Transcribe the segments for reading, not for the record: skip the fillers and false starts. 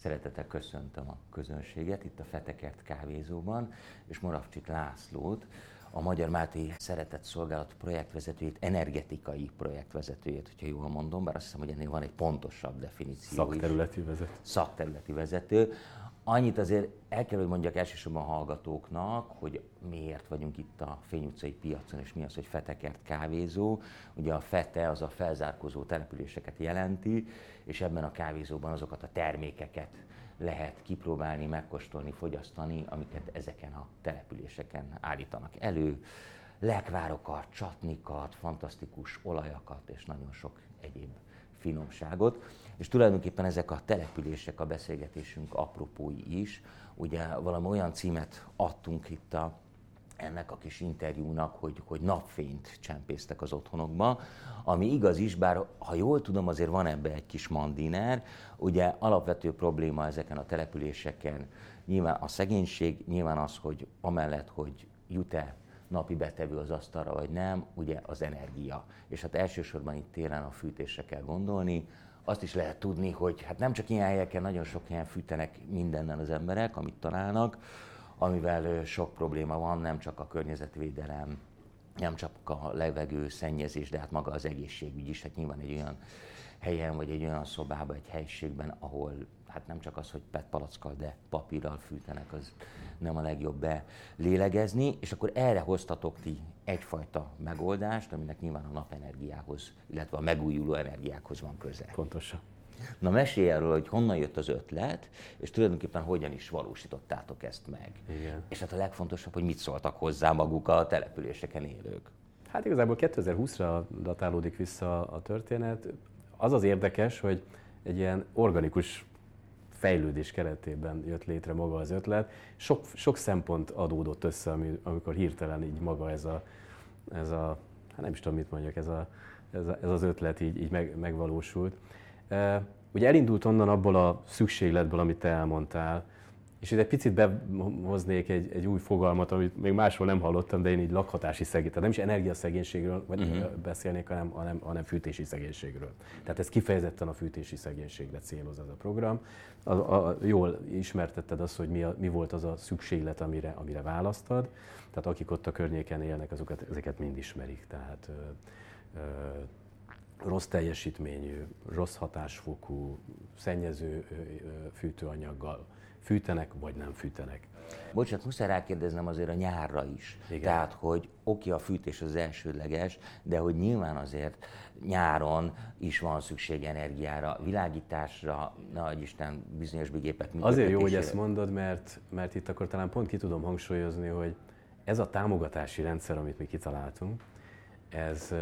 Szeretettel köszöntöm a közönséget itt a Fetekert kávézóban, és Moravcsik Lászlót, a Magyar Máté Szeretett Szolgálat projektvezetőjét, energetikai projektvezetőjét, hogyha jól mondom, bár azt hiszem, hogy ennél van egy pontosabb definíció. Szakterületi vezető. Annyit azért el kell, hogy mondjak elsősorban a hallgatóknak, hogy miért vagyunk itt a Fény utcai piacon, és mi az, hogy Fetekert kávézó. Ugye a Fete az a felzárkózó településeket jelenti, és ebben a kávézóban azokat a termékeket lehet kipróbálni, megkóstolni, fogyasztani, amiket ezeken a településeken állítanak elő. Lekvárokat, csatnikat, fantasztikus olajakat és nagyon sok egyéb finomságot. És tulajdonképpen ezek a települések a beszélgetésünk apropói is. Ugye valami olyan címet adtunk itt ennek a kis interjúnak, hogy napfényt csempésztek az otthonokba, ami igaz is, bár ha jól tudom, azért van ebbe egy kis mandiner. Ugye alapvető probléma ezeken a településeken nyilván a szegénység, nyilván az, hogy amellett, hogy jut-e napi betevő az asztalra, vagy nem, ugye az energia. És hát elsősorban itt télen a fűtésre kell gondolni. Azt is lehet tudni, hogy hát nem csak ilyen helyeken, nagyon sok helyen fűtenek mindennel az emberek, amit találnak, amivel sok probléma van, nem csak a környezetvédelem, nem csak a levegő szennyezés, de hát maga az egészségügy is. Hát nyilván egy olyan helyen, vagy egy olyan szobában, egy helyiségben, ahol hát nem csak az, hogy PET palackkal, de papírral fűtenek, az nem a legjobb belélegezni, és akkor erre hoztatok ti egyfajta megoldást, aminek nyilván a napenergiához, illetve a megújuló energiákhoz van köze. Pontosan. Na mesélj arról, hogy honnan jött az ötlet, és tulajdonképpen hogyan is valósítottátok ezt meg. Igen. És hát a legfontosabb, hogy mit szóltak hozzá maguk a településeken élők. Hát igazából 2020-ra datálódik vissza a történet. Az az érdekes, hogy egy ilyen organikus fejlődés keretében jött létre maga az ötlet. Sok szempont adódott össze, amikor hirtelen így maga ez a hát nem is tudom mit mondjak, ez az ötlet így megvalósult. Ugye elindult onnan abból a szükségletből, amit te elmondtál, és itt egy picit behoznék egy új fogalmat, amit még máshol nem hallottam, de én így lakhatási szegénység, tehát nem is energiaszegénységről beszélnék, hanem fűtési szegénységről. Tehát ez kifejezetten a fűtési szegénységre céloz ez a program. Jól ismertetted azt, hogy mi volt az a szükséglet, amire választad. Tehát akik ott a környéken élnek, ezeket mind ismerik. Tehát rossz teljesítményű, rossz hatásfokú, szennyező fűtőanyaggal fűtenek, vagy nem fűtenek. Bocsánat, muszáj rákérdeznem azért a nyárra is. Igen. Tehát, hogy oké, a fűtés az elsődleges, de hogy nyilván azért nyáron is van szükség energiára, világításra, nagy Isten, bizonyos gépek működtetésére. Azért jó, hogy ezt mondod, mert itt akkor talán pont ki tudom hangsúlyozni, hogy ez a támogatási rendszer, amit mi kitaláltunk, ez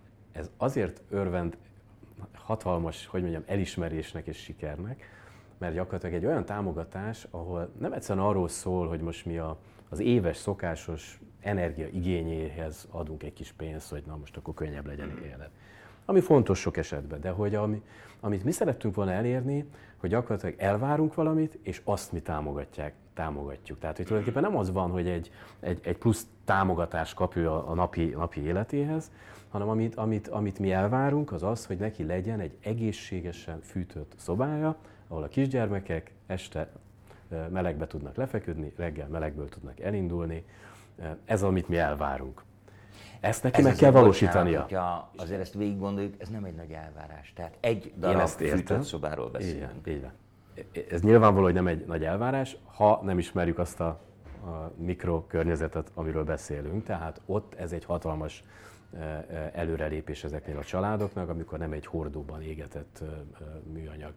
azért örvend hatalmas, elismerésnek és sikernek, mert gyakorlatilag egy olyan támogatás, ahol nem egyszerűen arról szól, hogy most mi az éves szokásos energia igényéhez adunk egy kis pénzt, hogy na most akkor könnyebb legyen élet. Ami fontos sok esetben, de hogy amit mi szerettünk volna elérni, hogy gyakorlatilag elvárunk valamit, és azt mi támogatjuk. Tehát, hogy tulajdonképpen nem az van, hogy egy plusz támogatást kap ő a napi életéhez, hanem amit mi elvárunk, az az, hogy neki legyen egy egészségesen fűtött szobája, ahol a kisgyermekek este melegbe tudnak lefeküdni, reggel melegből tudnak elindulni. Ez, amit mi elvárunk. Ezt neki meg kell valósítania. Hogyha azért ezt végig gondoljuk, ez nem egy nagy elvárás. Tehát egy darab fűtött szobáról beszélünk. Így van. Ez nyilvánvaló, hogy nem egy nagy elvárás, ha nem ismerjük azt a mikrokörnyezetet, amiről beszélünk. Tehát ott ez egy hatalmas előrelépés ezeknél a családoknak, amikor nem egy hordóban égetett műanyag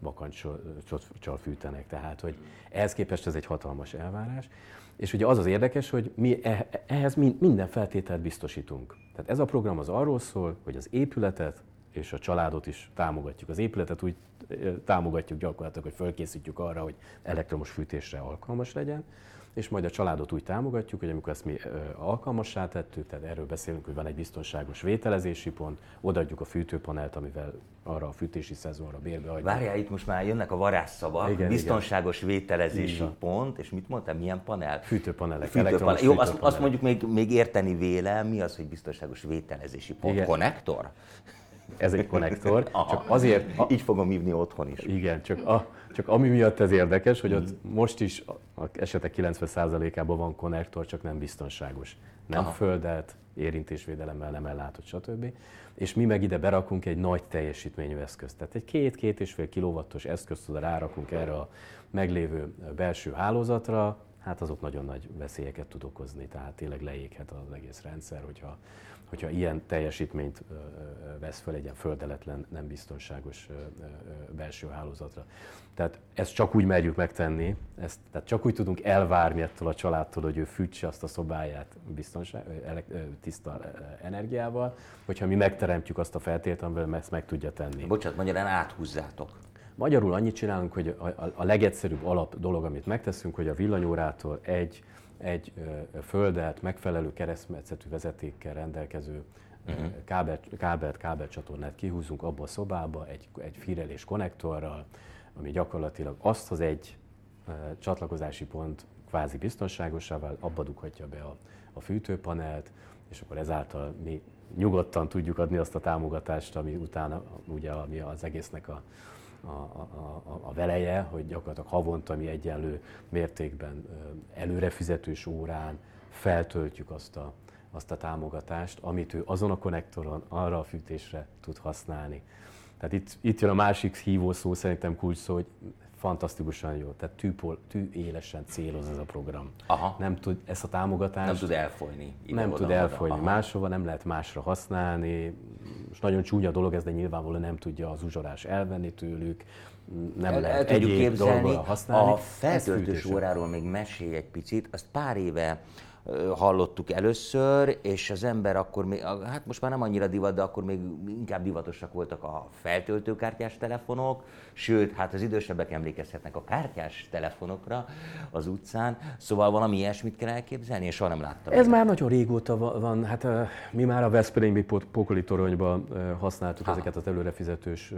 bakancsal fűtenek. Tehát, hogy ehhez képest ez egy hatalmas elvárás. És ugye az érdekes, hogy mi ehhez minden feltételt biztosítunk. Tehát ez a program az arról szól, hogy az épületet és a családot is támogatjuk. Az épületet úgy támogatjuk gyakorlatilag, hogy fölkészítjük arra, hogy elektromos fűtésre alkalmas legyen, és majd a családot úgy támogatjuk, hogy amikor ezt mi alkalmassá tettük, tehát erről beszélünk, hogy van egy biztonságos vételezési pont, odaadjuk a fűtőpanelt, amivel arra a fűtési szezonra bérbe adjuk. Várjál, itt most már jönnek a varázsszavak, biztonságos vételezési pont, és mit mondtam, milyen panel? Fűtőpanelek, Jó, azt mondjuk még érteni vélem, mi az, hogy biztonságos vételezési pont? Igen. Konnektor? Ez egy konnektor, csak azért... Így fogom hívni otthon is. Igen, csak Csak ami miatt ez érdekes, hogy ott most is a esetek 90%-ában van konnektor, csak nem biztonságos. Nem földet, érintésvédelemmel nem ellátott, stb. És mi meg ide berakunk egy nagy teljesítményű eszközt. Tehát egy 2-2,5 kW-os eszközt oda rárakunk erre a meglévő belső hálózatra, hát azok nagyon nagy veszélyeket tud okozni, tehát tényleg leéghet az egész rendszer, hogyha ilyen teljesítményt vesz föl egy ilyen földeletlen, nem biztonságos belső hálózatra. Tehát ezt csak úgy merjük megtenni, tehát csak úgy tudunk elvárni ettől a családtól, hogy ő fűtse azt a szobáját tiszta energiával, hogyha mi megteremtjük azt a feltételt, amivel ezt meg tudja tenni. Bocsánat, magyarán áthúzzátok. Magyarul annyit csinálunk, hogy a legegyszerűbb alap dolog, amit megteszünk, hogy a villanyórától egy földet, megfelelő keresztmetszetű vezetékkel rendelkező kábelcsatornát kihúzunk abba a szobába egy firelés konnektorral, ami gyakorlatilag azt az egy csatlakozási pont kvázi biztonságosával abba dughatja be a fűtőpanelt, és akkor ezáltal mi nyugodtan tudjuk adni azt a támogatást, ami utána ugye ami az egésznek a veleje, hogy gyakorlatilag havonta mi egyenlő mértékben előrefizetős órán feltöltjük azt a támogatást, amit ő azon a konnektoron arra a fűtésre tud használni. Tehát itt jön a másik hívószó, szerintem kulcsszó, hogy fantasztikusan jó, tehát tűélesen céloz ez a program. Aha. Nem tud ezt a támogatást... Nem tud elfolyni. Nem tud elfolyni máshova, nem lehet másra használni. Most nagyon csúnya dolog ez, de nyilvánvalóan nem tudja az uzsorás elvenni tőlük, nem lehet egyéb dolgokra használni. A feltöltős óráról még mesélj egy picit, azt pár éve hallottuk először, és az ember akkor még, hát most már nem annyira divat, de akkor még inkább divatosak voltak a feltöltőkártyás telefonok, sőt, hát az idősebbek emlékezhetnek a kártyás telefonokra az utcán, szóval valami ilyesmit kell elképzelni, és soha nem láttam. Ez már nagyon régóta van, hát mi már a veszprémi Pokoli toronyban használtuk ezeket az előrefizetős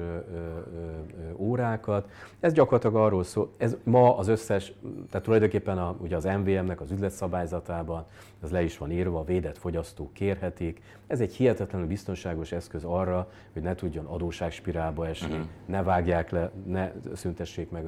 órákat. Ez gyakorlatilag arról szól, ez ma az összes, tehát tulajdonképpen ugye az MVM-nek az üzletszabályzatában ez le is van írva, a védett fogyasztók kérhetik. Ez egy hihetetlenül biztonságos eszköz arra, hogy ne tudjon adósságspirálba esni, ne vágják le, ne szüntessék meg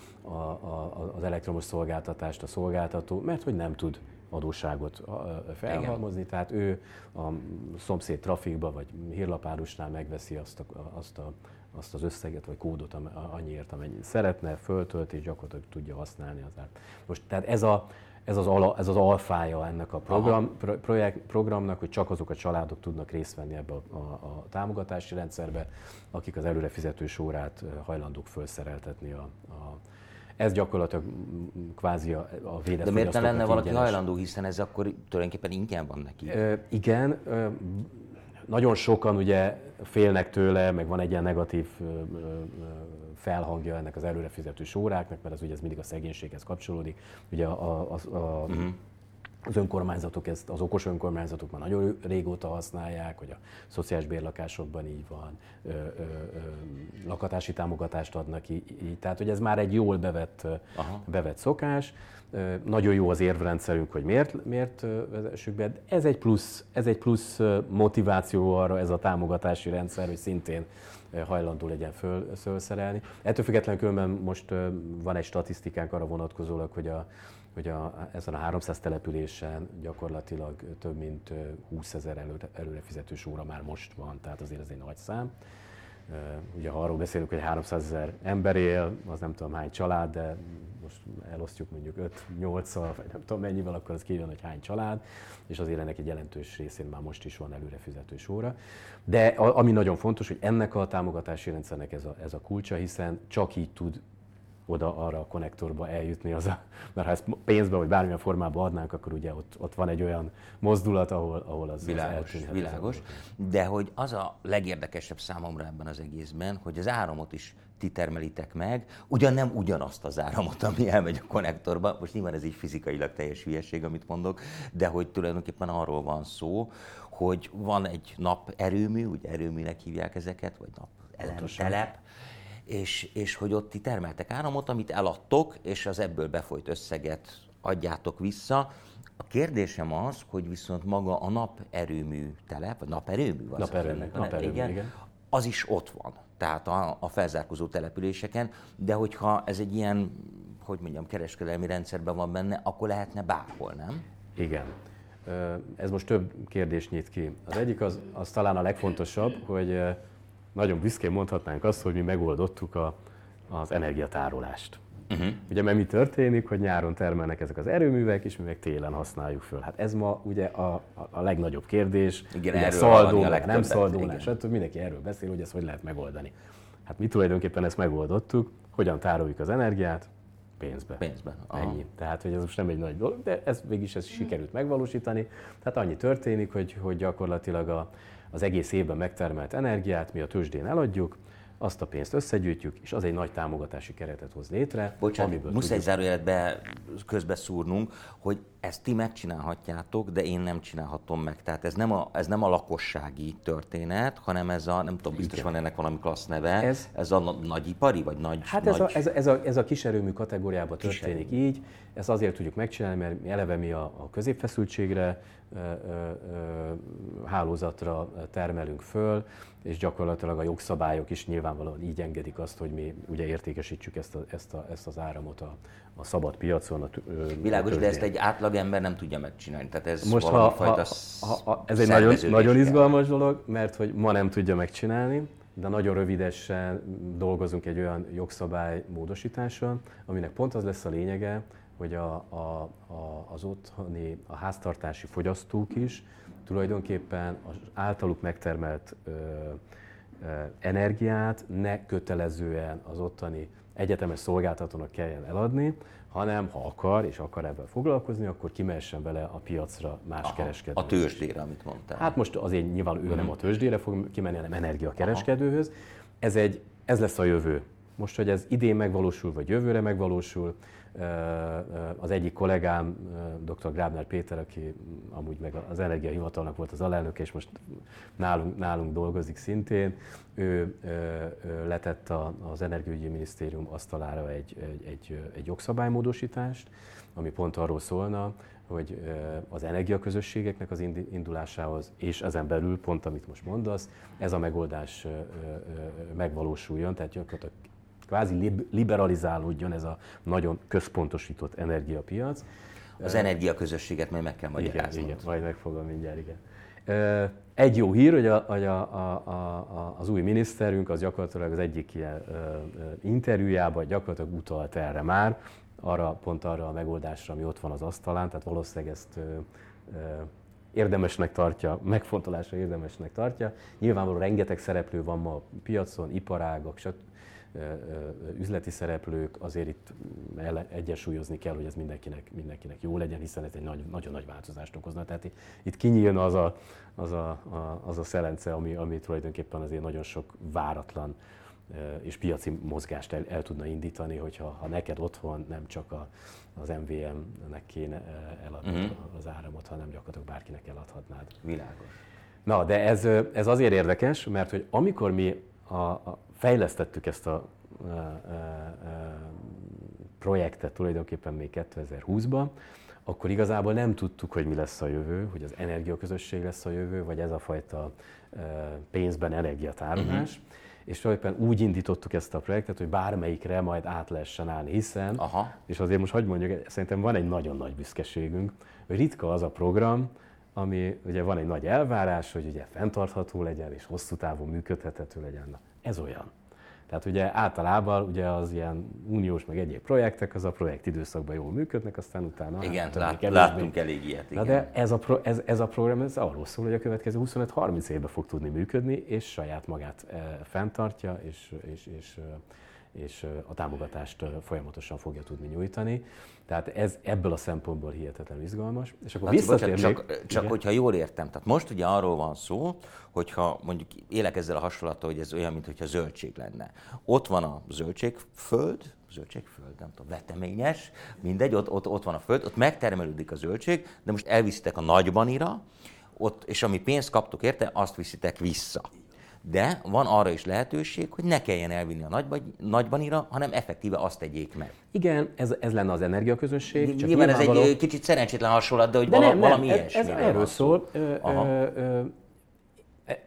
az elektromos szolgáltatást a szolgáltató, mert hogy nem tud adósságot felhalmozni, tehát ő a szomszéd trafikba vagy hírlapárusnál megveszi azt az összeget vagy kódot annyiért, amennyit szeretne, föltölt és gyakorlatilag tudja használni az át. Most tehát ez az alfája ennek a programnak, hogy csak azok a családok tudnak részt venni ebbe a támogatási rendszerbe, akik az előrefizetős órát hajlandók felszereltetni. Ez gyakorlatilag kvázi a védett fogyasztóknak. De miért ne lenne valaki hajlandó, hiszen ez akkor tulajdonképpen ingyen van neki? Igen, nagyon sokan ugye félnek tőle, meg van egy ilyen negatív felhangja ennek az előrefizetős óráknak, mert ez mindig a szegénységhez kapcsolódik. Ugye az önkormányzatok az okos önkormányzatok már nagyon régóta használják, hogy a szociális bérlakásokban így van, lakhatási támogatást adnak így. Tehát, hogy ez már egy jól bevett szokás. Nagyon jó az érvrendszerünk, hogy miért vezessük be. Ez egy plusz motiváció arra, ez a támogatási rendszer, hogy szintén hajlandó legyen felszerelni. Ettől függetlenül különben most van egy statisztikánk arra vonatkozólag, hogy ezen a 300 településen gyakorlatilag több mint 20 000 előrefizetős óra már most van, tehát azért ez egy nagy szám. Ugye ha arról beszélünk, hogy 300 000 ember él, az nem tudom hány család, de most elosztjuk mondjuk 5-8-szal, vagy nem tudom mennyivel, akkor az kijön, hogy hány család, és azért ennek egy jelentős részén már most is van előrefizetős óra. De ami nagyon fontos, hogy ennek a támogatási rendszernek ez a kulcsa, hiszen csak így tud arra a konnektorba eljutni, mert ha ezt pénzbe vagy bármilyen formában adnánk, akkor ugye ott van egy olyan mozdulat, ahol az eltűnhet. Világos, de hogy az a legérdekesebb számomra ebben az egészben, hogy az áramot is ti termelitek meg, ugyan nem ugyanazt az áramot, ami elmegy a konnektorba, most nyilván ez így fizikailag teljes hülyeség, amit mondok, de hogy tulajdonképpen arról van szó, hogy van egy naperőmű, ugye erőműnek hívják ezeket, vagy napelemtelep, és hogy ott ti termeltek áramot, amit eladtok, és az ebből befolyt összeget adjátok vissza. A kérdésem az, hogy viszont maga a naperőmű telep, vagy naperőmű, naperőmű, igen. Az is ott van. tehát a felzárkózó településeken, de hogyha ez egy ilyen, hogy mondjam, kereskedelmi rendszerben van benne, akkor lehetne bárhol, nem? Igen. Ez most több kérdést nyit ki. Az egyik az talán a legfontosabb, hogy nagyon büszkén mondhatnánk azt, hogy mi megoldottuk az energiatárolást. Ugye, mert mi történik, hogy nyáron termelnek ezek az erőművek, és mi meg télen használjuk föl. Hát ez ma ugye a legnagyobb kérdés, igen, ugye szaldónál, nem szaldónál, stb. Mindenki erről beszél, hogy ezt hogy lehet megoldani. Hát mi tulajdonképpen ezt megoldottuk, hogyan tároljuk az energiát? Pénzbe. Ennyi. Tehát, hogy ez most nem egy nagy dolog, de ez végig sikerült megvalósítani. Tehát annyi történik, hogy gyakorlatilag az egész évben megtermelt energiát mi a tőzsdén eladjuk, azt a pénzt összegyűjtjük, és az egy nagy támogatási keretet hoz létre. Bocsánat, muszáj zárójeletbe közbeszúrnunk, hogy ezt ti megcsinálhatjátok, de én nem csinálhatom meg. Tehát ez nem a lakossági történet, hanem ez a, nem tudom, biztos van ennek valami klassz neve, ez a nagyipari, vagy nagy... Hát ez a kiserőmű kategóriában történik így. Ezt azért tudjuk megcsinálni, mert eleve mi a középfeszültségre, hálózatra termelünk föl, és gyakorlatilag a jogszabályok is nyilvánvalóan így engedik azt, hogy mi ugye értékesítsük ezt az áramot a szabad piacon. Világos, de ezt egy átlagember nem tudja megcsinálni. Tehát ez most valami fajta ez egy nagyon izgalmas dolog, mert hogy ma nem tudja megcsinálni, de nagyon rövidesen dolgozunk egy olyan jogszabály módosításon, aminek pont az lesz a lényege, hogy az otthoni, a háztartási fogyasztók is tulajdonképpen az általuk megtermelt energiát ne kötelezően az ottani egyetemes szolgáltatónak kelljen eladni, hanem ha akar, és akar ebben foglalkozni, akkor kimehessen vele a piacra más kereskedőhöz. A tőzsdére, amit mondtál. Hát most azért nyilván ő nem a tőzsdére fog kimenni, hanem energiakereskedőhöz. Ez lesz a jövő. Most, hogy ez idén megvalósul, vagy jövőre megvalósul, az egyik kollégám, dr. Grábner Péter, aki amúgy meg az Energiahivatalnak volt az alelnöke, és most nálunk dolgozik szintén, ő letett az Energiaügyi Minisztérium asztalára egy jogszabálymódosítást, ami pont arról szólna, hogy az energiaközösségeknek az indulásához, és ezen belül, pont amit most mondasz, ez a megoldás megvalósuljon, tehát gyakorlatilag kvázi liberalizálódjon ez a nagyon központosított energiapiac. Az energiaközösséget majd meg kell magyaráznod. Igen, majd megfogom mindjárt, igen. Egy jó hír, hogy az új miniszterünk az gyakorlatilag az egyik ilyen interjújában gyakorlatilag utalt erre már, pont arra a megoldásra, ami ott van az asztalán, tehát valószínűleg ezt érdemesnek tartja, megfontolásra érdemesnek tartja. Nyilvánvalóan rengeteg szereplő van ma a piacon, iparágak, üzleti szereplők, azért itt egyensúlyozni kell, hogy ez mindenkinek jó legyen, hiszen ez egy nagyon nagy változást okozna. Tehát itt kinyílna az a szelence, ami tulajdonképpen azért nagyon sok váratlan és piaci mozgást el tudna indítani, hogyha neked otthon nem csak az MVM-nek kéne eladni az áramot, hanem gyakorlatilag bárkinek eladhatnád. Világos. Na, de ez azért érdekes, mert hogy amikor mi fejlesztettük ezt a projektet tulajdonképpen még 2020-ban, akkor igazából nem tudtuk, hogy mi lesz a jövő, hogy az energiaközösség lesz a jövő, vagy ez a fajta pénzben energiatárolás. És tulajdonképpen úgy indítottuk ezt a projektet, hogy bármelyikre majd át lehessen állni, hiszen, és azért most hagyd mondjuk, szerintem van egy nagyon nagy büszkeségünk, hogy ritka az a program, ami ugye van egy nagy elvárás, hogy ugye fenntartható legyen és hosszú távon működhető legyen. Na, ez olyan. Tehát ugye általában ugye az ilyen uniós meg egyéb projektek, az a projekt időszakban jól működnek, aztán utána... Igen, láttunk elég ilyet. Igen. De ez a program ez arról szól, hogy a következő 25-30 évben fog tudni működni, és saját magát fenntartja, és a támogatást folyamatosan fogja tudni nyújtani. Tehát ez ebből a szempontból hihetetlenül izgalmas. És akkor visszatérnék... Csak hogyha jól értem, tehát most ugye arról van szó, hogyha mondjuk élek ezzel a hasonlattal, hogy ez olyan, mintha zöldség lenne. Ott van a zöldségföld, nem tudom, veteményes, mindegy, ott van a föld, ott megtermelődik a zöldség, de most elviszitek a Nagybanira, és ami pénzt kaptok érte, azt viszitek vissza. De van arra is lehetőség, hogy ne kelljen elvinni a Nagybanira, hanem effektíve azt tegyék meg. Igen, ez lenne az energiaközösség. Nyilván ez egy kicsit szerencsétlen hasonlat, de hogy valami ilyesmi. Ez erről szól.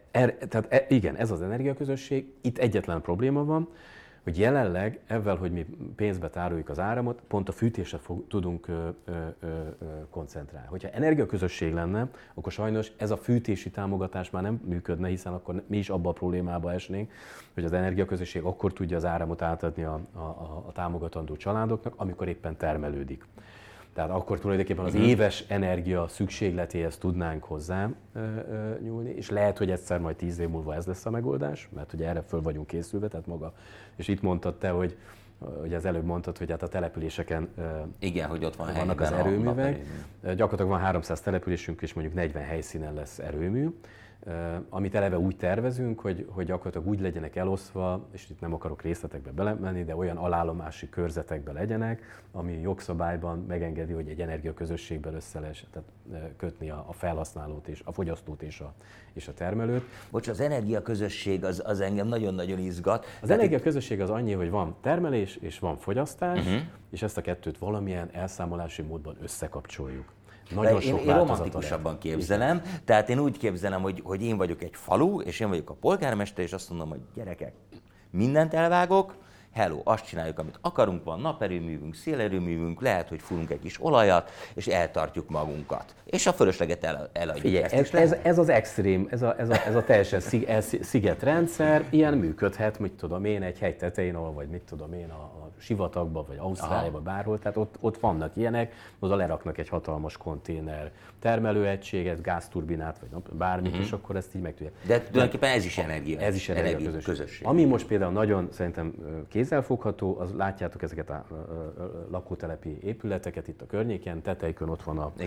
Igen, ez az energiaközösség. Itt egyetlen probléma van, hogy jelenleg ezzel, hogy mi pénzbe tároljuk az áramot, pont a fűtésre tudunk koncentrálni. Hogyha energiaközösség lenne, akkor sajnos ez a fűtési támogatás már nem működne, hiszen akkor mi is abba a problémába esnénk, hogy az energiaközösség akkor tudja az áramot átadni a támogatandó családoknak, amikor éppen termelődik. Tehát akkor tulajdonképpen az éves energia szükségletéhez tudnánk hozzá nyúlni, és lehet, hogy egyszer majd 10 év múlva ez lesz a megoldás, mert ugye erre föl vagyunk készülve, tehát maga. És itt mondtad te, hogy az előbb mondtad, hogy hát a településeken igen, hogy ott vannak az erőművek. Gyakorlatilag van 300 településünk, és mondjuk 40 helyszínen lesz erőmű. Amit eleve úgy tervezünk, hogy gyakorlatilag úgy legyenek elosztva, és itt nem akarok részletekbe belemenni, de olyan alállomási körzetekbe legyenek, ami jogszabályban megengedi, hogy egy energiaközösségben össze lehessen kötni a felhasználót, és a fogyasztót és a termelőt. Bocs, az energiaközösség az engem nagyon-nagyon izgat. Az energiaközösség az annyi, hogy van termelés és van fogyasztás, és ezt a kettőt valamilyen elszámolási módban összekapcsoljuk. Én romantikusabban képzelem, tehát én úgy képzelem, hogy én vagyok egy falu, és én vagyok a polgármester, és azt mondom, hogy gyerekek, mindent elvágok, hello, azt csináljuk, amit akarunk, van naperőművünk, szélerőművünk, lehet, hogy fúrunk egy kis olajat, és eltartjuk magunkat. És a fölösleget eladjuk. Figyelj, ez az extrém, ez a teljesen szigetrendszer, ilyen működhet, mit tudom én, egy hegy tetején, vagy mit tudom én, a sivatagban, vagy Ausztráliában, bárhol, tehát ott vannak ilyenek, oda leraknak egy hatalmas konténer termelőegységet, gázturbinát, vagy bármit, és akkor ezt így meg tudják. De tulajdonképpen ez is energia. Ez is energiaközösség. Ami most például nagyon szerintem kézzelfogható, az látjátok ezeket a lakótelepi épületeket itt a környéken, tetejükön ott van a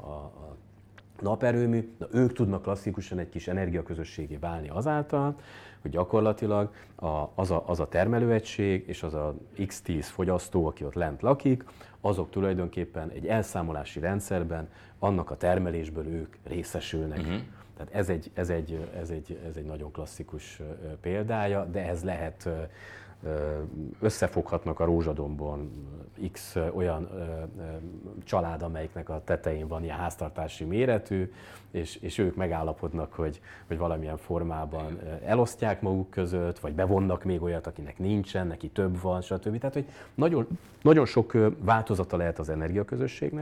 naperőmű, ők tudnak klasszikusan egy kis energiaközösségé válni azáltal, hogy gyakorlatilag az a termelőegység és az a X10 fogyasztó, aki ott lent lakik, azok tulajdonképpen egy elszámolási rendszerben annak a termelésből ők részesülnek. Tehát ez egy nagyon klasszikus példája, de ez lehet, összefoghatnak a Rózsadombon X olyan család, amelyiknek a tetején van ilyen háztartási méretű, és ők megállapodnak, hogy valamilyen formában elosztják maguk között, vagy bevonnak még olyat, akinek nincsen, neki több van, stb. Tehát, hogy nagyon, nagyon sok változata lehet az energiaközösségnek.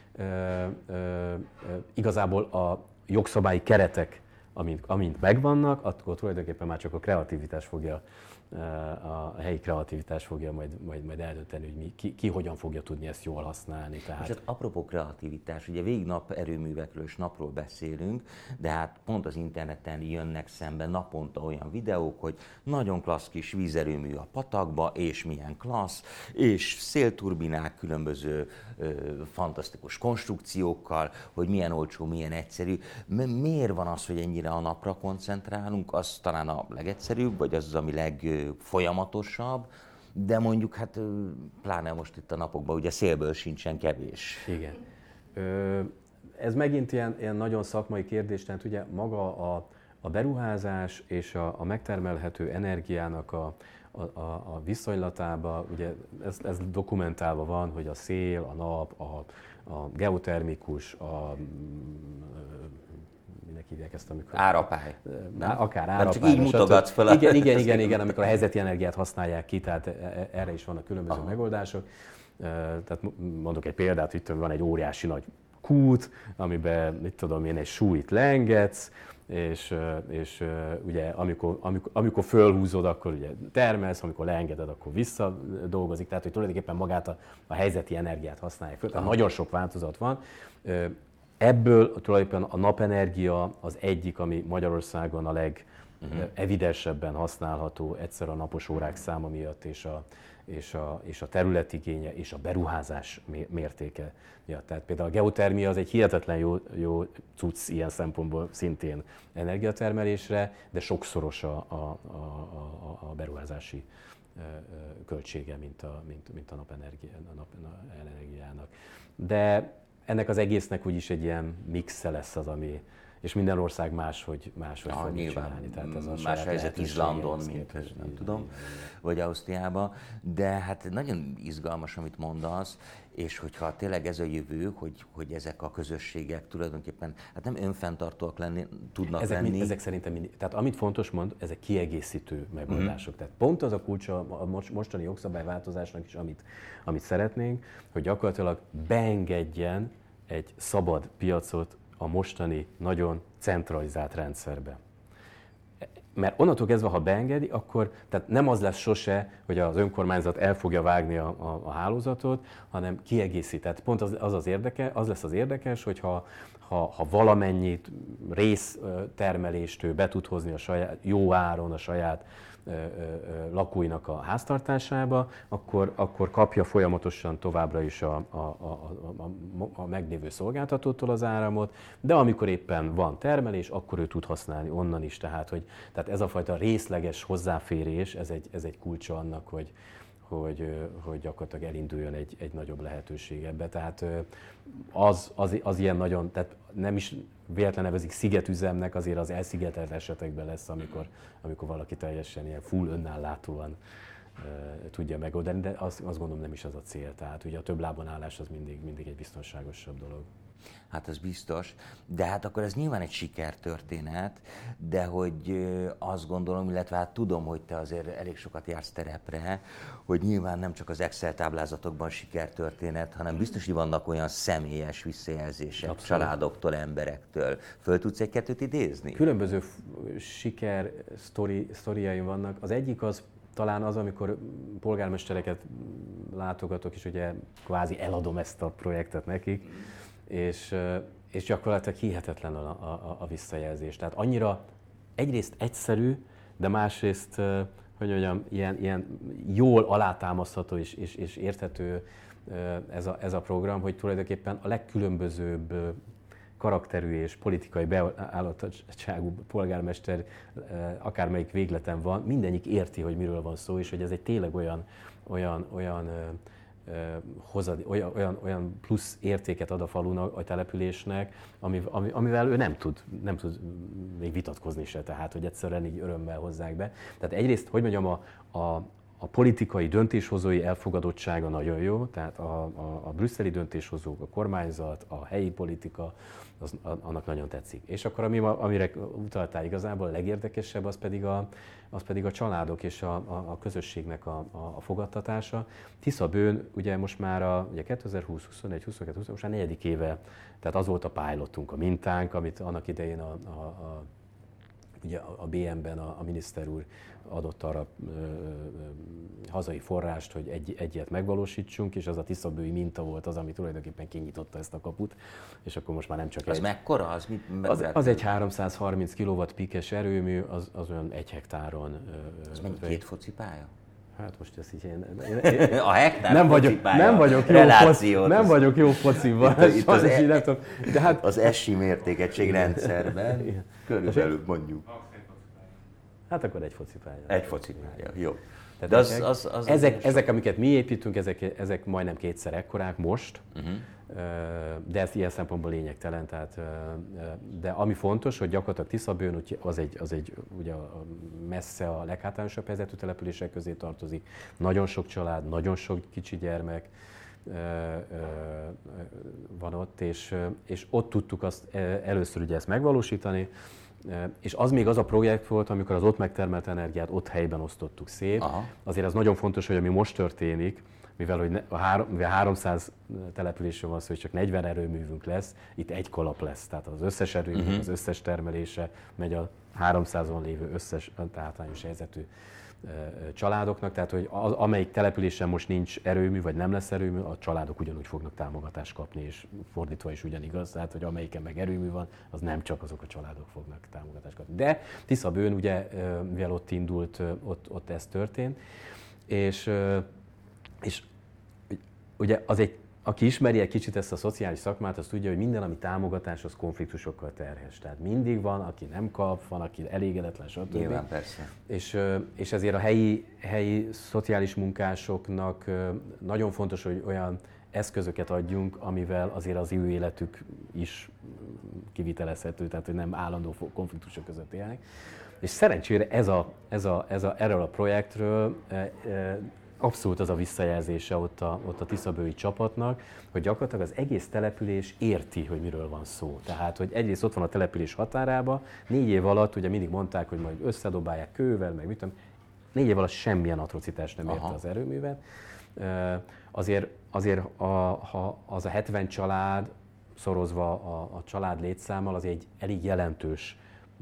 Igazából a jogszabályi keretek, amint megvannak, akkor tulajdonképpen már csak a kreativitás fogja, a helyi kreativitás fogja majd eldönteni, hogy ki hogyan fogja tudni ezt jól használni. Tehát... És hát apropó kreativitás, ugye végig naperőművekről és napról beszélünk, de hát pont az interneten jönnek szembe naponta olyan videók, hogy nagyon klassz kis vízerőmű a patakba, és milyen klassz, és szélturbinák különböző fantasztikus konstrukciókkal, hogy milyen olcsó, milyen egyszerű. Miért van az, hogy ennyire a napra koncentrálunk? Az talán a legegyszerűbb, vagy az, ami legfolyamatosabb, de mondjuk hát pláne most itt a napokban ugye szélből sincsen kevés. Igen. Ez megint ilyen nagyon szakmai kérdés, tehát ugye maga a beruházás és a megtermelhető energiának a viszonylatában, ugye ez dokumentálva van, hogy a szél, a nap, a geotermikus, minek hívják ezt, amikor... Árapály. Akár árapály. Csak így mutogatsz fel. Igen, amikor a helyzeti energiát használják ki, tehát erre is vannak különböző megoldások. Tehát mondok egy példát, itt van egy óriási nagy kút, amiben, mit tudom én, egy súlyt lengetsz, és ugye amikor fölhúzod, akkor ugye termelsz, amikor leengeded, akkor visszadolgozik, tehát hogy tulajdonképpen magát a helyzeti energiát használják föl. Tehát nagyon sok változat van. Ebből tulajdonképpen a napenergia az egyik, ami Magyarországon a legevidensebben használható, egyszer a napos órák száma miatt, és a területigénye és a beruházás mértéke miatt. Tehát például a geotermia az egy hihetetlen jó cucc ilyen szempontból szintén energiatermelésre, de sokszoros a beruházási költsége, mint a napenergiának. De ennek az egésznek úgyis egy ilyen mixe lesz az, ami és minden ország máshogy fog csinálni. Tehát ez a más helyzet Izlandon, mint nem tudom, vagy Ausztriában, de hát nagyon izgalmas, amit mondasz, és hogyha tényleg ez a jövő, hogy ezek a közösségek tulajdonképpen hát nem önfenntartóak tudnak lenni. Ezek szerintem tehát amit fontos mond, ezek kiegészítő megoldások. Tehát pont az a kulcsa a mostani jogszabályváltozásnak is, amit szeretnénk, hogy gyakorlatilag beengedjen egy szabad piacot a mostani nagyon centralizált rendszerbe. Mert onnantól kezdve, ha beengedi, akkor tehát nem az lesz sose, hogy az önkormányzat el fogja vágni a hálózatot, hanem kiegészít. Tehát pont az lesz az érdekes, hogy ha valamennyit résztermelést ő be tud hozni a saját, jó áron a saját lakóinak a háztartásába, akkor kapja folyamatosan továbbra is a meglévő szolgáltatótól az áramot, de amikor éppen van termelés, akkor ő tud használni onnan is. Tehát ez a fajta részleges hozzáférés, ez egy kulcsa annak, hogy gyakorlatilag elinduljon egy nagyobb lehetőség ebbe. Tehát az ilyen nagyon, tehát nem is véletlen nevezik szigetüzemnek, azért az elszigetelt esetekben lesz, amikor valaki teljesen ilyen full önállátóan tudja megoldani, de azt gondolom nem is az a cél. Tehát ugye a több lábon állás az mindig egy biztonságosabb dolog. Hát ez biztos, de hát akkor ez nyilván egy sikertörténet, de hogy azt gondolom, illetve hát tudom, hogy te azért elég sokat jársz terepre, hogy nyilván nem csak az Excel táblázatokban sikertörténet, hanem biztos, hogy vannak olyan személyes visszajelzések Abszolút. Családoktól, emberektől. Föl tudsz egy-kettőt idézni? Különböző siker sztoriaim vannak. Az egyik az talán az, amikor polgármestereket látogatok, és ugye kvázi eladom ezt a projektet nekik, és gyakorlatilag hihetetlen a visszajelzés. Tehát annyira egyrészt egyszerű, de másrészt, hogy mondjam, ilyen jól alátámasztható és érthető ez a program, hogy tulajdonképpen a legkülönbözőbb karakterű és politikai beállítottságú polgármester, akármelyik végleten van, mindegyik érti, hogy miről van szó, és hogy ez egy tényleg olyan plusz értéket ad a falunak, a településnek, amivel ő nem tud még vitatkozni se, tehát hogy egyszerűen így örömmel hozzák be. Tehát egyrészt, hogy mondjam, a politikai döntéshozói elfogadottsága nagyon jó, tehát a brüsszeli döntéshozók, a kormányzat, a helyi politika, annak nagyon tetszik. És akkor amire utaltál igazából, a legérdekesebb, az pedig a családok és a közösségnek a fogadtatása. Tiszabőn ugye most már ugye 2020, 21, 22, 20, most már 4. éve, tehát az volt a pilotunk, a mintánk, amit annak idején ugye a BM-ben a miniszter úr adott arra hazai forrást, hogy egy ilyet megvalósítsunk, és az a tiszabői minta volt az, ami tulajdonképpen kinyitotta ezt a kaput, és akkor most már nem csak az mekkora? Az egy 330 kW píkes erőmű, az olyan 1 hektáron. Az mennyi, 2 focipálya? Hát most ezt így a hektár nem vagyok jó fociban. De hát az SI mértékegységrendszerben körülbelül mondjuk. Hát akkor 1 focipálya. 1 focipálya, jó. De ezek, amiket mi építünk, ezek majdnem 2-szer ekkorák most, de ez ilyen szempontból lényegtelen. Tehát, de ami fontos, hogy gyakorlatilag Tiszabőn az egy ugye messze a leghátrányosabb helyzetű települések közé tartozik. Nagyon sok család, nagyon sok kicsi gyermek van ott, és ott tudtuk azt először ugye ezt megvalósítani. És az még az a projekt volt, amikor az ott megtermelt energiát ott helyben osztottuk szét. Aha. Azért az nagyon fontos, hogy ami most történik, mivel 300 településről van szó, hogy csak 40 erőművünk lesz, itt egy kalap lesz. Tehát az összes erőmű, az összes termelése megy a 300-on lévő összes hátrányos helyzetű családoknak, tehát hogy amelyik településen most nincs erőmű, vagy nem lesz erőmű, a családok ugyanúgy fognak támogatást kapni, és fordítva is ugyanigaz, tehát hogy amelyiken meg erőmű van, az nem csak azok a családok fognak támogatást kapni. De Tiszabőn ugye, mivel ott indult, ott ez történt, és ugye aki ismeri egy kicsit ezt a szociális szakmát, az tudja, hogy minden, ami támogatás, az konfliktusokkal terhes. Tehát mindig van, aki nem kap, van, aki elégedetlen, stb. Nyilván, persze. És ezért a helyi szociális munkásoknak nagyon fontos, hogy olyan eszközöket adjunk, amivel azért az ő életük is kivitelezhető, tehát hogy nem állandó konfliktusok között élnek. És szerencsére erről a projektről abszolút az a visszajelzése ott a tiszabői csapatnak, hogy gyakorlatilag az egész település érti, hogy miről van szó. Tehát, hogy egyrészt ott van a település határában, 4 év alatt, ugye mindig mondták, hogy majd összedobálják kővel, meg mit tudom, 4 év alatt semmilyen atrocitást nem érte az erőművet. Azért ha az a 70 család szorozva a család létszámmal, az egy elég jelentős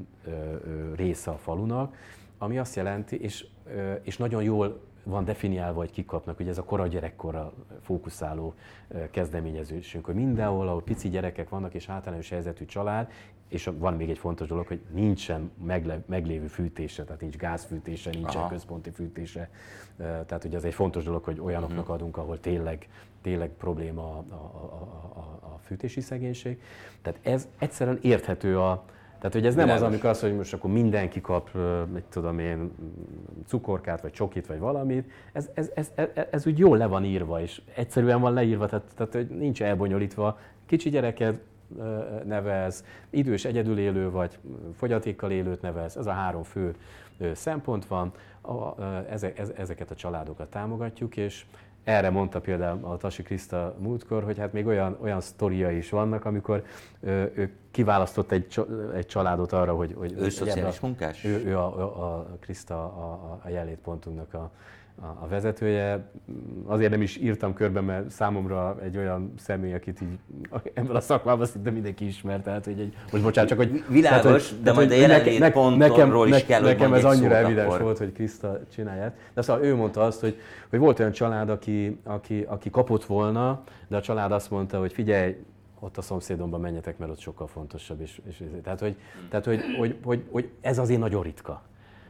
része a falunak, ami azt jelenti, és nagyon jól van definiálva, hogy kik kapnak, ugye ez a kora gyerekkorra fókuszáló kezdeményezésünk, hogy mindenhol, ahol pici gyerekek vannak és hátrányos helyzetű család, és van még egy fontos dolog, hogy nincsen meglévő fűtése, tehát nincs gázfűtése, nincsen központi fűtése. Tehát ugye ez egy fontos dolog, hogy olyanoknak adunk, ahol tényleg probléma a fűtési szegénység. Tehát ez egyszerűen érthető tehát, hogy ez nem az, amikor azt, hogy most akkor mindenki kap, mit tudom én, cukorkát, vagy csokit, vagy valamit. Ez úgy jól le van írva, és egyszerűen van leírva, tehát hogy nincs elbonyolítva. Kicsi gyereket nevez, idős egyedül élő, vagy fogyatékkal élőt nevez, ez a 3 fő szempont van. Ezeket a családokat támogatjuk, és erre mondta például a Tasi Kriszta múltkor, hogy hát még olyan sztoriai is vannak, amikor ő kiválasztott egy családot arra, hogy ő szociális munkás? Ő a Kriszta a jelenlétpontunknak a vezetője. Azért nem is írtam körbe, mert számomra egy olyan személy, akit így ebben a szakmában szinte mindenki ismer, tehát hogy most bocsánat, csak hogy... Világos, tehát, de majd a jelenlétpontról is kell, hogy nekem ez annyira evidens volt, hogy Kriszta csinálja. De szóval ő mondta azt, hogy volt olyan család, aki kapott volna, de a család azt mondta, hogy figyelj, ott a szomszédomban menjetek, mert ott sokkal fontosabb. Tehát, hogy ez azért nagyon ritka.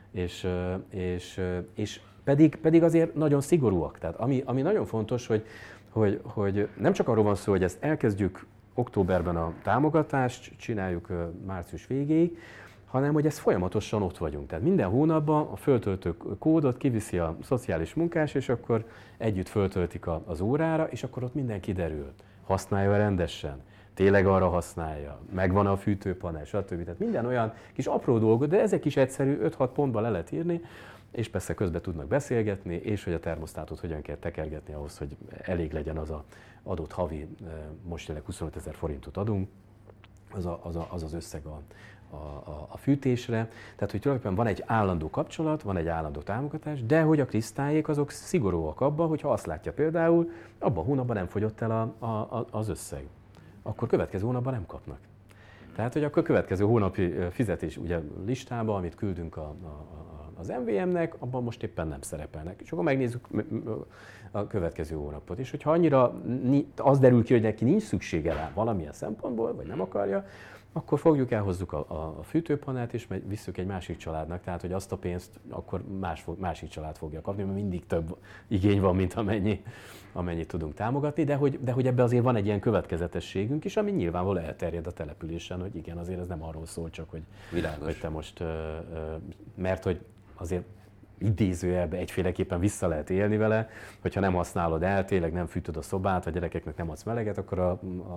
És pedig azért nagyon szigorúak. Tehát ami nagyon fontos, hogy nem csak arról van szó, hogy ezt elkezdjük októberben a támogatást, csináljuk március végéig, hanem hogy ez folyamatosan ott vagyunk. Tehát minden hónapban a föltöltő kódot kiviszi a szociális munkás, és akkor együtt föltöltik az órára, és akkor ott minden kiderül. Használja rendesen, tényleg arra használja, megvan a fűtőpanel, stb. Tehát minden olyan kis apró dolgot, de ezek is egyszerű, 5-6 pontban le lehet írni, és persze közben tudnak beszélgetni, és hogy a termosztátot hogyan kell tekergetni ahhoz, hogy elég legyen az az adott havi, most jelenleg 25 000 forintot adunk, az összeg a fűtésre. Tehát, hogy tulajdonképpen van egy állandó kapcsolat, van egy állandó támogatás, de hogy a Krisztályék azok szigorúak abban, hogyha azt látja például, abban a hónapban nem fogyott el az összeg, akkor következő hónapban nem kapnak. Tehát, hogy akkor következő hónapi fizetés ugye listában, amit küldünk az MVM-nek, abban most éppen nem szerepelnek. És akkor megnézzük a következő hónapot. És hogyha annyira az derül ki, hogy neki nincs szüksége rá valamilyen szempontból, vagy nem akarja, akkor fogjuk, elhozzuk a fűtőpanelt, és visszük egy másik családnak, tehát hogy azt a pénzt akkor másik család fogja kapni, mert mindig több igény van, mint amennyit tudunk támogatni, de hogy ebbe azért van egy ilyen következetességünk is, ami nyilvánvalóan elterjed a településen, hogy igen, azért ez nem arról szól csak, hogy te most, mert hogy azért idézőjelben egyféleképpen vissza lehet élni vele, hogyha nem használod el, tényleg nem fűtöd a szobát, a gyerekeknek nem adsz meleget, akkor a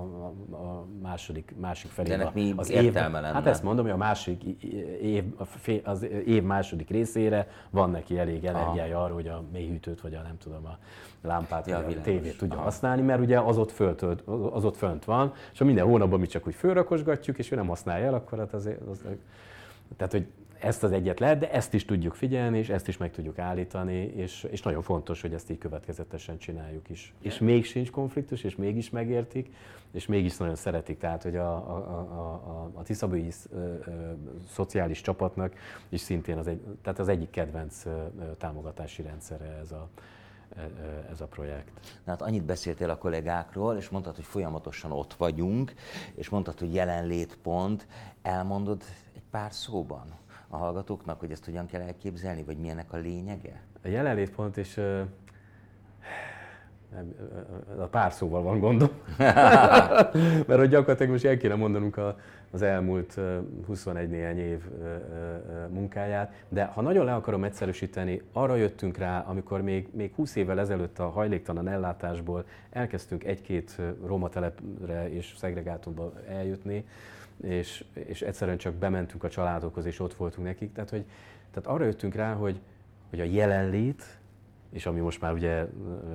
másik felé az értelme lenne. Hát ezt mondom, hogy a másik az év második részére van neki elég energiája arra, hogy a mélyhűtőt, vagy nem tudom, a lámpát, vagy a tévét tudja használni, mert ugye az ott fönt van, és ha minden hónapban mi csak úgy fölrakosgatjuk, és ő nem használja el, akkor hát tehát, hogy ezt az egyet lehet, de ezt is tudjuk figyelni, és ezt is meg tudjuk állítani, és nagyon fontos, hogy ezt így következetesen csináljuk is. És még sincs konfliktus, és mégis megértik, és mégis nagyon szeretik. Tehát, hogy a tiszabői szociális csapatnak is szintén tehát az egyik kedvenc támogatási rendszere ez a projekt. Na hát annyit beszéltél a kollégákról, és mondtad, hogy folyamatosan ott vagyunk, és mondtad, hogy jelenlétpont. Elmondod egy pár szóban a hallgatóknak, hogy ezt hogyan kell elképzelni, vagy milyennek a lényege? A jelenlétpont, és A pár szóval van gondom. Mert hogy gyakorlatilag most el kéne mondanunk az elmúlt 21 néhány év munkáját, de ha nagyon le akarom egyszerűsíteni, arra jöttünk rá, amikor még 20 évvel ezelőtt a hajléktalan ellátásból elkezdtünk egy-két romatelepre és szegregátumba eljutni, és egyszerűen csak bementünk a családokhoz, és ott voltunk nekik. Tehát arra jöttünk rá, hogy a jelenlét, és ami most már ugye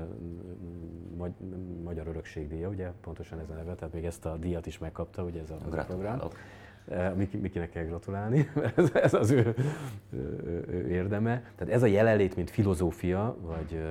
Magyar Örökségdíja, ugye pontosan ez a neve, tehát még ezt a díjat is megkapta, ugye ez a program. Mikinek kell gratulálni, mert ez az ő érdeme. Tehát ez a jelenlét, mint filozófia, vagy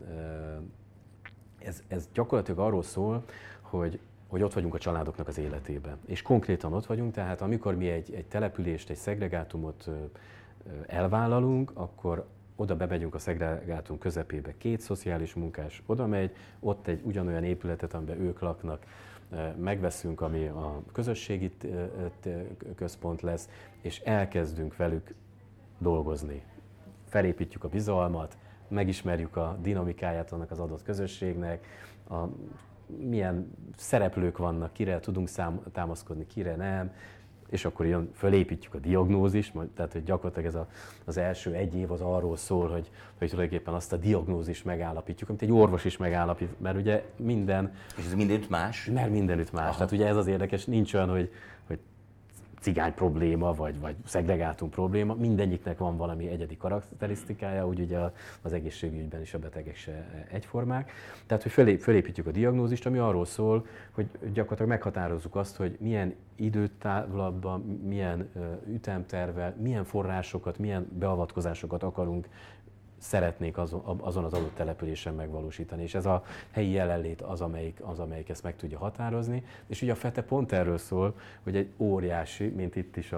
ez gyakorlatilag arról szól, hogy ott vagyunk a családoknak az életében. És konkrétan ott vagyunk, tehát amikor mi egy települést, egy szegregátumot elvállalunk, akkor oda bemegyünk a szegregátum közepébe, 2 szociális munkás oda megy, ott egy ugyanolyan épületet, amiben ők laknak, megveszünk, ami a közösségi központ lesz, és elkezdünk velük dolgozni. Felépítjük a bizalmat, megismerjük a dinamikáját annak az adott közösségnek, milyen szereplők vannak, kire tudunk támaszkodni, kire nem, és akkor fölépítjük a diagnózist, tehát hogy gyakorlatilag ez az első 1 év az arról szól, hogy tulajdonképpen azt a diagnózist megállapítjuk, amit egy orvos is megállapít, mert ugye minden... És ez mindenütt más? Mert mindenütt más. Aha. Tehát ugye ez az érdekes, nincs olyan, hogy cigány probléma, vagy szegregátum probléma, mindegyiknek van valami egyedi karakterisztikája, úgy ugye az egészségügyben is a betegek se egyformák. Tehát, hogy fölépítjük a diagnózist, ami arról szól, hogy gyakorlatilag meghatározzuk azt, hogy milyen időtávlatban, milyen ütemtervvel, milyen forrásokat, milyen beavatkozásokat szeretnék azon az adott településen megvalósítani. És ez a helyi jelenlét az, amelyik ezt meg tudja határozni. És ugye a FETE pont erről szól, hogy egy óriási, mint itt is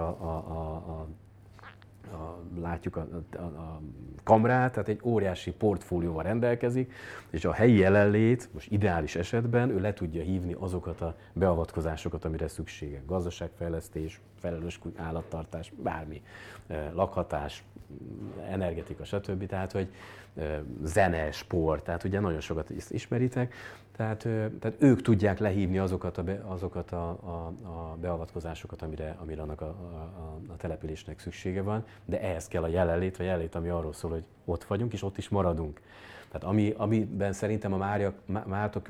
látjuk a kamrát, tehát egy óriási portfólióval rendelkezik, és a helyi jelenlét, most ideális esetben ő le tudja hívni azokat a beavatkozásokat, amire szüksége. Gazdaságfejlesztés, felelős állattartás, bármi, lakhatás, energetika, stb. Tehát, hogy zene, sport, tehát ugye nagyon sokat ismeritek, tehát ők tudják lehívni azokat a beavatkozásokat, amire annak a településnek szüksége van, de ehhez kell a jelenlét, ami arról szól, hogy ott vagyunk, és ott is maradunk. Tehát amiben szerintem a Márta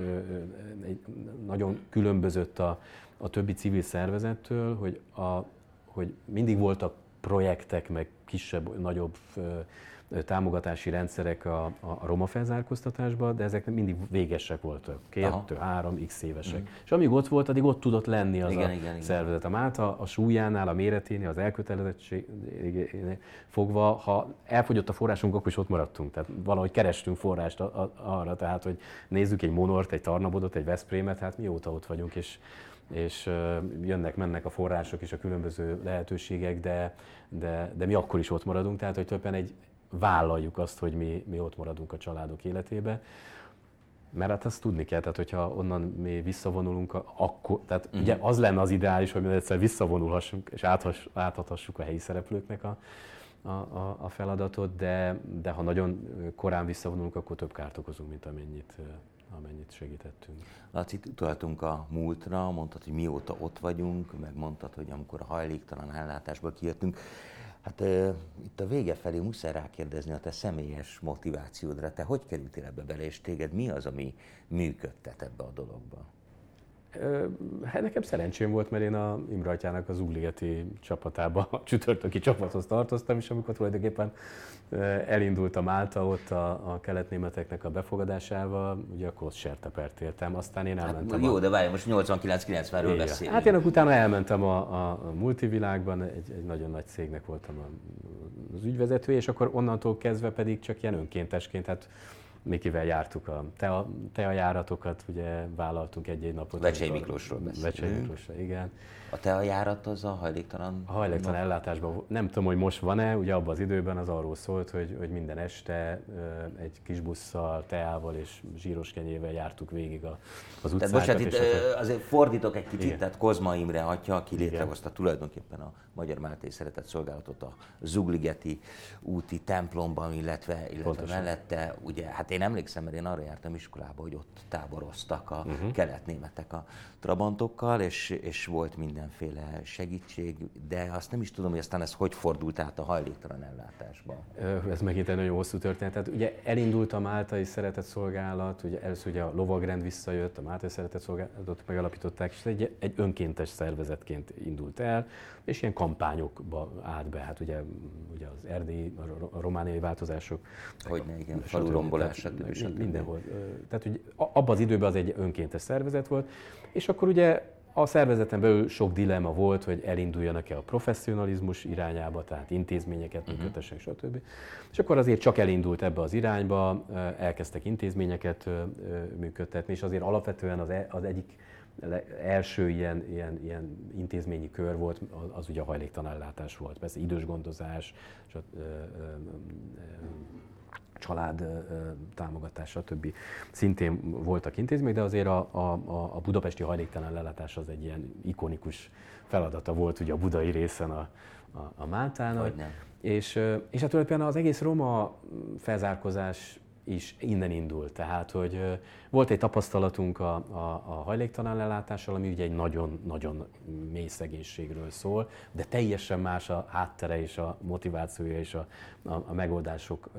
nagyon különbözött a többi civil szervezettől, hogy mindig voltak projektek, meg kisebb, nagyobb támogatási rendszerek a roma felzárkóztatásban, de ezek mindig végesek voltak, 2, 3, x évesek. És amíg ott volt, addig ott tudott lenni az szervezet. A Málta a súlyánál, a méreténél, az elkötelezettségénél fogva, ha elfogyott a forrásunk, akkor is ott maradtunk. Tehát valahogy kerestünk forrást arra, tehát hogy nézzük egy Monort, egy Tarnabodot, egy Veszprémet, hát mióta ott vagyunk, és jönnek-mennek a források és a különböző lehetőségek, de mi akkor is ott maradunk, tehát hogy többen vállaljuk azt, hogy mi ott maradunk a családok életébe. Mert hát azt tudni kell, tehát hogyha onnan mi visszavonulunk, akkor, tehát ugye az lenne az ideális, hogy mi egyszer visszavonulhassunk és átadhassuk a helyi szereplőknek a feladatot, de ha nagyon korán visszavonulunk, akkor több kárt okozunk, mint amennyit segítettünk. Laci, utaltunk a múltra, mondtad, hogy mióta ott vagyunk, meg mondtad, hogy amikor a hajléktalan ellátásból kijöttünk. Hát itt a vége felé muszáj rákérdezni a te személyes motivációdra. Te hogy kerültél ebbe bele, és téged mi az, ami működtet ebbe a dologba? Hát nekem szerencsém volt, mert én a Imre Atyának az Ugligeti csapatába, a csütörtöki csapathoz tartoztam, és amikor tulajdonképpen elindult a Málta ott a keletnémeteknek a befogadásával, ugye akkor ott sertepert éltem, aztán én elmentem. Hát, jó, de várj, most 89-90-ről beszélünk. Hát én utána elmentem a multivilágban, egy nagyon nagy cégnek voltam az ügyvezetője, és akkor onnantól kezdve pedig csak ilyen önkéntesként, hát Mikivel jártuk a teajáratokat, ugye vállaltunk egy napot. Vecsei Miklósról beszélünk. Vecsei Miklósról, igen. A teajárat az a hajléktalan? A hajléktalan ellátásban, nem tudom, hogy most van-e, ugye abban az időben az arról szólt, hogy minden este egy kis busszal, teával és zsíros kenyével jártuk végig az utcákat. Tehát bocsánat, itt azért fordítok egy kicsit, igen. Tehát Kozma Imre atya, aki létrehozta tulajdonképpen a Magyar Máté Szeretett Szolgálatot a Zugligeti úti templomban, illetve mellette, ugye hát én emlékszem, mert én arra jártam iskolába, hogy ott táboroztak a keletnémetek a trabantokkal, és volt mindenféle segítség, de azt nem is tudom, hogy aztán ez hogy fordult át a hajléktalan ellátásba. Ez megint egy nagyon hosszú történet. Tehát ugye elindult a máltai szeretetszolgálat, ugye először ugye a lovagrend visszajött, a máltai szeretetszolgálatot megalapították, és egy önkéntes szervezetként indult el, és ilyen kampányokba állt be, hát ugye az erdélyi, a romániai változások. Hogyne, igen, falurombolás, stb. Mindenhol. Tehát ugye abban az időben az egy önkéntes szervezet volt, és akkor ugye a szervezeten belül sok dilemma volt, hogy elinduljanak-e a professzionalizmus irányába, tehát intézményeket működtessenek, stb. És akkor azért csak elindult ebbe az irányba, elkezdtek intézményeket működtetni, és azért alapvetően az egyik első ilyen intézményi kör volt, az ugye a hajléktalan ellátás volt. Persze idősgondozás, család támogatás, stb. Szintén voltak intézmények, de azért a budapesti hajléktalan ellátás az egy ilyen ikonikus feladata volt ugye a budai részen a Máltának. És hát tulajdonképpen az egész roma felzárkózás is innen indult. Tehát, hogy volt egy tapasztalatunk a hajléktalan ellátással, ami ugye egy nagyon mély szegénységről szól, de teljesen más a háttere és a motivációja és a megoldások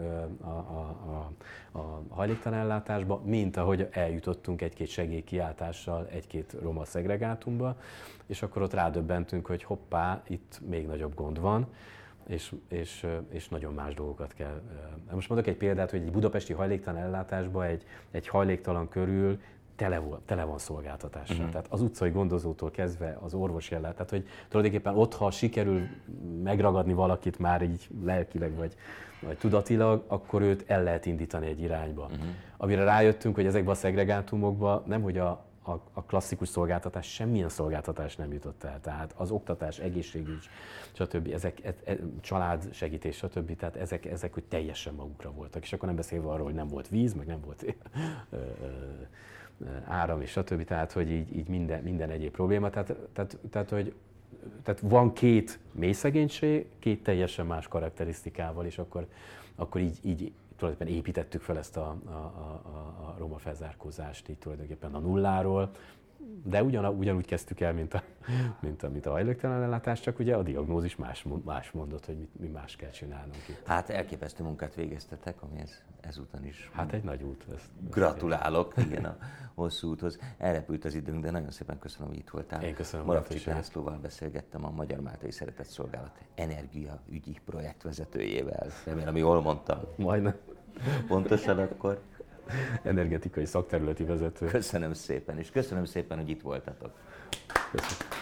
a hajléktalan ellátásba, mint ahogy eljutottunk egy-két segélykiáltással egy-két roma szegregátumba, és akkor ott rádöbbentünk, hogy hoppá, itt még nagyobb gond van, és nagyon más dolgokat kell. Most mondok egy példát, hogy egy budapesti hajléktalan ellátásban egy hajléktalan körül tele van szolgáltatással. Tehát az utcai gondozótól kezdve az orvosi ellátás, tehát hogy tulajdonképpen ott, ha sikerül megragadni valakit már így lelkileg vagy tudatilag, akkor őt el lehet indítani egy irányba. Amire rájöttünk, hogy ezekben a szegregátumokban nem, hogy a klasszikus szolgáltatás, semmilyen szolgáltatás nem jutott el. Tehát az oktatás, egészségügy, stb. Családsegítés, stb. Tehát ezek hogy teljesen magukra voltak. És akkor nem beszélve arról, hogy nem volt víz, meg nem volt áram, és stb. Tehát, hogy így minden egyéb probléma. Tehát van két mély szegénység, két teljesen más karakterisztikával, és akkor így tulajdonképpen építettük fel ezt a roma felzárkózást így tulajdonképpen a nulláról, de ugyanúgy kezdtük el, mint a hajléktalan ellátás, csak ugye a diagnózis más mondott, hogy mi más kell csinálnunk itt. Hát elképesztő munkát végeztetek, ami ezúttal is. Hát egy nagy út. Gratulálok, igen, a hosszú úthoz. Elrepült az időnk, de nagyon szépen köszönöm, hogy itt voltál. Én köszönöm. Moravcsik Lászlóval beszélgettem, a Magyar Máltai Szeretetszolgálat energiaügyi projektvezetőjével. Remélem, jól mondtam. Majdnem. Pontosan akkor. Energetikai szakterületi vezető. Köszönöm szépen, és köszönöm szépen, hogy itt voltatok. Köszönöm.